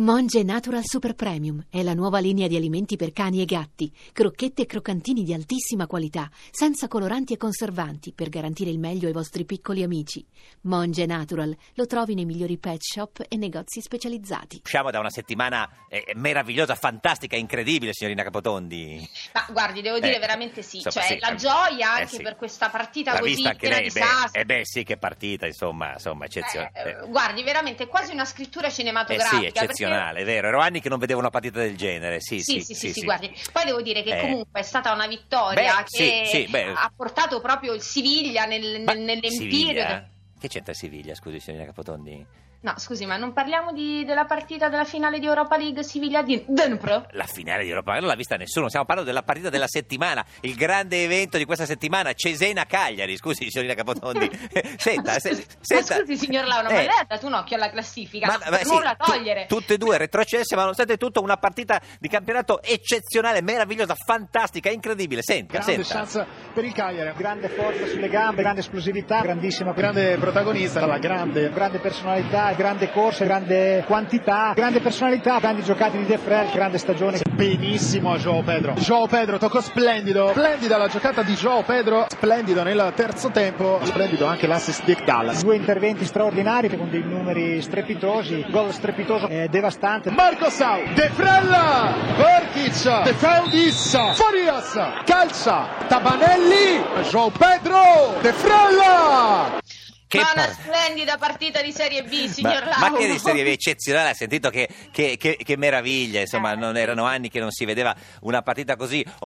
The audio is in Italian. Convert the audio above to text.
Monge Natural Super Premium è la nuova linea di alimenti per cani e gatti, crocchette e croccantini di altissima qualità, senza coloranti e conservanti, per garantire il meglio ai vostri piccoli amici. Monge Natural lo trovi nei migliori pet shop e negozi specializzati. Usciamo da una settimana meravigliosa, fantastica, incredibile, signorina Capotondi. Ma guardi, devo dire veramente sì, insomma, cioè sì, la gioia anche sì. per questa partita L'ha così vista anche piena lei, di sassi. sì, che partita, insomma eccezionale. Guardi, veramente quasi una scrittura cinematografica. Sì, eccezionale, è vero. Ero anni che non vedevo una partita del genere. Sì, guardi. Poi devo dire che comunque è stata una vittoria che ha portato proprio il Siviglia nell'empirio. Siviglia? Che c'entra Siviglia, scusi, signorina Capotondi? No, scusi, ma non parliamo della partita della finale di Europa League Siviglia di Dnipro? La finale di Europa League non l'ha vista nessuno, stiamo parlando della partita della settimana, il grande evento di questa settimana, Cesena-Cagliari, scusi, signorina Capotondi. Senta. Scusi, signor Lauro, ma lei ha dato un occhio alla classifica, non la togliere. Tutte e due retrocesse, ma nonostante tutto una partita di campionato eccezionale, meravigliosa, fantastica, incredibile. Grande chance per il Cagliari, grande forza sulle gambe, grande esplosività, grande protagonista, la grande personalità, grande corsa, grande quantità, grande personalità, grandi giocate di De Frel, grande stagione. Benissimo a João Pedro toccò splendida la giocata di João Pedro, splendido nel terzo tempo, splendido anche l'assist di Dallas. Due interventi straordinari con dei numeri strepitosi, gol strepitoso, devastante. Marco Sau, De Frel, Verkic, De Feudis, Farias, calcia, Tabanelli, João Pedro, De Frel. Ma una splendida partita di Serie B, signor Lauro. Ma che di Serie B eccezionale, ha sentito che meraviglia, insomma, non erano anni che non si vedeva una partita così.